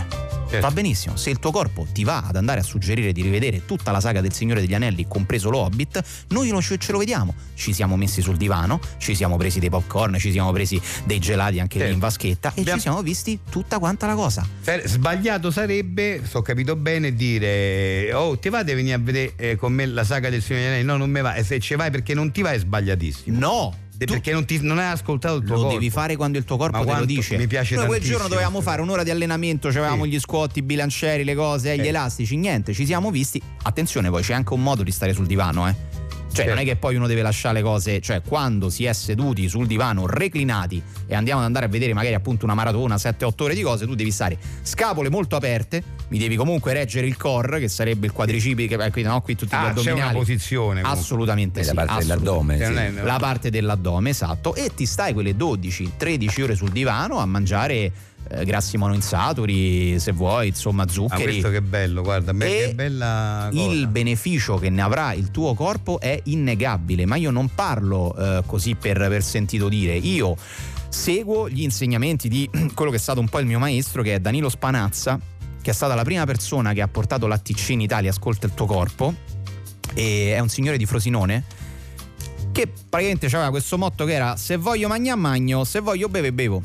Va benissimo, se il tuo corpo ti va ad andare a suggerire di rivedere tutta la saga del Signore degli Anelli, compreso lo Hobbit, noi ce lo vediamo. Ci siamo messi sul divano, ci siamo presi dei popcorn, ci siamo presi dei gelati anche lì in vaschetta e ci siamo visti tutta quanta la cosa.
Sbagliato sarebbe, se ho capito bene, dire ti va di venire a vedere con me la saga del Signore degli Anelli? No, non me va. E se ci vai perché non ti vai è sbagliatissimo.
No!
Perché non hai ascoltato il tuo corpo.
Lo devi fare quando il tuo corpo te lo dice.
Mi piace
noi
tantissimo.
Quel giorno dovevamo fare un'ora di allenamento, avevamo gli squat, i bilancieri, le cose, gli elastici, niente, ci siamo visti. Attenzione, poi c'è anche un modo di stare sul divano, Cioè non è che poi uno deve lasciare le cose, cioè quando si è seduti sul divano reclinati e andiamo ad andare a vedere magari appunto una maratona 7-8 ore di cose, tu devi stare scapole molto aperte, mi devi comunque reggere il core, che sarebbe il quadricipite, qui tutti gli addominali.
C'è una posizione comunque.
Assolutamente sì,
la parte dell'addome,
la parte dell'addome, esatto, e ti stai quelle 12-13 ore sul divano a mangiare grassi monoinsaturi, se vuoi, insomma, zuccheri.
Questo che bello, guarda, che bella cosa.
Il beneficio che ne avrà il tuo corpo è innegabile, ma io non parlo così per sentito dire. Io seguo gli insegnamenti di quello che è stato un po' il mio maestro, che è Danilo Spanazza, che è stata la prima persona che ha portato l'ATC in Italia, Ascolta il tuo corpo, e è un signore di Frosinone che praticamente aveva questo motto che era: se voglio magna magno, se voglio beve bevo.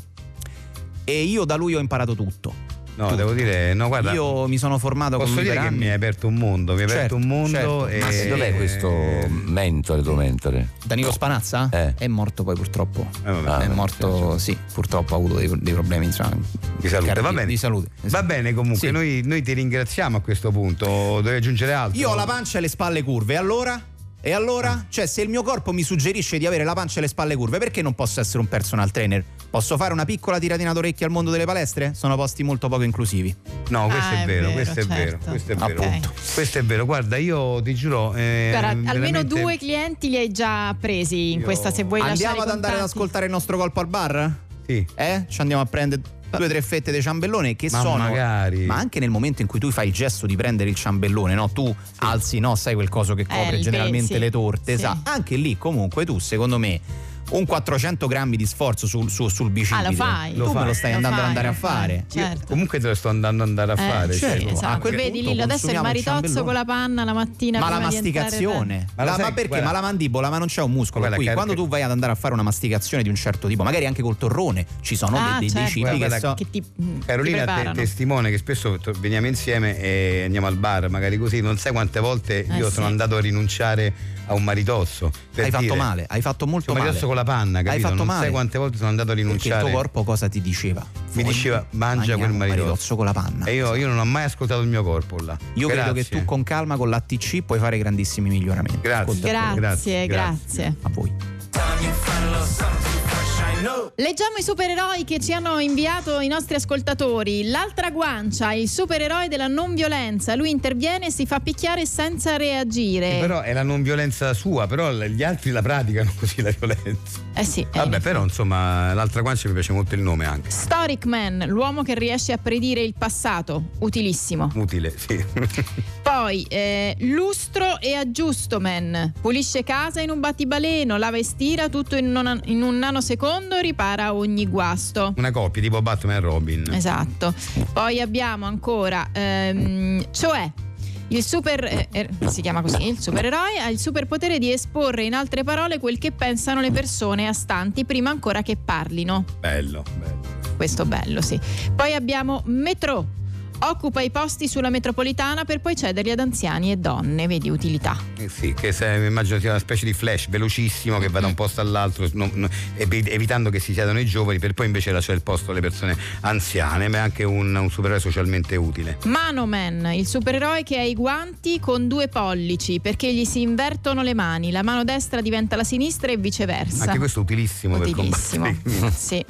E io da lui ho imparato tutto.
No, devo dire, no, guarda.
Io mi sono formato con lui.
Posso dire che mi hai aperto un mondo,
Certo.
E...
Ma dov'è questo tuo mentore?
Danilo Spanazza? È morto poi purtroppo. È morto, sì, purtroppo ha avuto dei problemi
di salute. Va bene.
Di salute.
Va bene, comunque,
sì.
noi ti ringraziamo a questo punto. Devi aggiungere altro?
Io ho la pancia e le spalle curve, e allora? Cioè, se il mio corpo mi suggerisce di avere la pancia e le spalle curve, perché non posso essere un personal trainer? Posso fare una piccola tiratina d'orecchie al mondo delle palestre? Sono posti molto poco inclusivi.
No, questo è vero,
certo.
questo è vero.
Okay.
Questo è vero, guarda, io ti giuro.
Guarda, almeno
veramente...
2 clienti li hai già presi in questa, se vuoi lasciare
andiamo ad andare ad ascoltare il nostro colpo al bar?
Sì.
Ci andiamo a prendere 2 o 3 fette di ciambellone che sono
magari.
Ma anche nel momento in cui tu fai il gesto di prendere il ciambellone, no? Tu alzi, no? Sai quel coso che copre generalmente le torte, sa? Anche lì comunque tu, secondo me, un 400 grammi di sforzo sul bicipite.
Lo fai.
Tu me lo stai andando a fare.
Certo.
Io comunque te lo sto andando ad andare a fare.
Sì, esatto. Vedi Lillo, adesso il maritozzo con la panna la mattina.
Ma la masticazione. Ma perché?
Guarda,
ma la mandibola, ma non c'è un muscolo qui. Quando tu vai ad andare a fare una mastigazione di un certo tipo, magari anche col torrone, ci sono dei cibi che
ti
Carolina, testimone che spesso veniamo insieme e andiamo al bar, magari così, non sai quante volte io sono andato a rinunciare a un maritozzo.
Hai fatto male, hai fatto molto male.
Un maritozzo con la panna, capito?
Hai fatto
non
male.
Sai quante volte sono andato a rinunciare.
Perché il tuo corpo cosa ti diceva?
Mi diceva mangia quel maritozzo
con la panna.
E io non ho mai ascoltato il mio corpo là.
Io credo che tu con calma, con l'ATC, puoi fare grandissimi miglioramenti.
Grazie.
A voi.
Leggiamo i supereroi che ci hanno inviato i nostri ascoltatori. L'altra guancia, il supereroe della non violenza. Lui interviene e si fa picchiare senza reagire.
Però è la non violenza sua, però gli altri la praticano così la violenza.
Sì.
Vabbè, però insomma, l'altra guancia mi piace molto il nome anche.
Stoic Man, l'uomo che riesce a predire il passato. Utilissimo.
Utile, sì.
Poi Lustro e Aggiusto Man, pulisce casa in un battibaleno, lava e stira tutto in un nanosecondo, ripara ogni guasto.
Una coppia tipo Batman e Robin.
Esatto. Poi abbiamo ancora cioè il si chiama così, il supereroe ha il superpotere di esporre in altre parole quel che pensano le persone a stanti prima ancora che parlino.
Bello.
Questo bello, sì. Poi abbiamo Metro. Occupa i posti sulla metropolitana per poi cederli ad anziani e donne, vedi utilità.
Sì, che immagino sia una specie di flash velocissimo che va da un posto all'altro, evitando che si siedano i giovani per poi invece lasciare il posto alle persone anziane, ma è anche un supereroe socialmente utile.
Mano Man, il supereroe che ha i guanti con 2 pollici perché gli si invertono le mani, la mano destra diventa la sinistra e viceversa.
Anche questo è utilissimo. Per combattere.
Sì.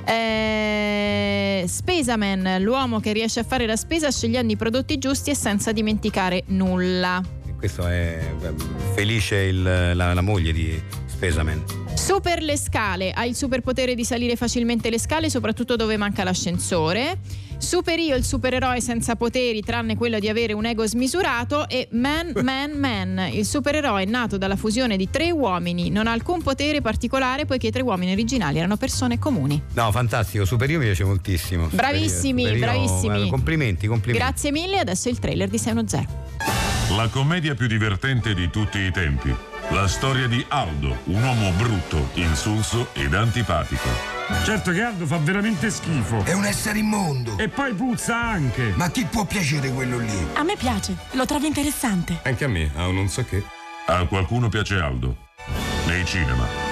Spesaman, l'uomo che riesce a fare la spesa scegliendo i prodotti giusti e senza dimenticare nulla.
Questo è felice la moglie di Spaceman.
Super le scale, ha il superpotere di salire facilmente le scale, soprattutto dove manca l'ascensore. Super io, il supereroe senza poteri tranne quello di avere un ego smisurato. E Man, il supereroe nato dalla fusione di 3 uomini, non ha alcun potere particolare poiché i 3 uomini originali erano persone comuni.
No, fantastico, Super io mi piace moltissimo.
Bravissimi, bravissimi.
Complimenti.
Grazie mille, adesso il trailer di 610.
La commedia più divertente di tutti i tempi. La storia di Aldo, un uomo brutto, insulso ed antipatico.
Certo che Aldo fa veramente schifo.
È un essere immondo.
E poi puzza anche.
Ma a chi può piacere quello lì?
A me piace, lo trovo interessante.
Anche a me, ha un non so che. A qualcuno piace Aldo. Nei cinema.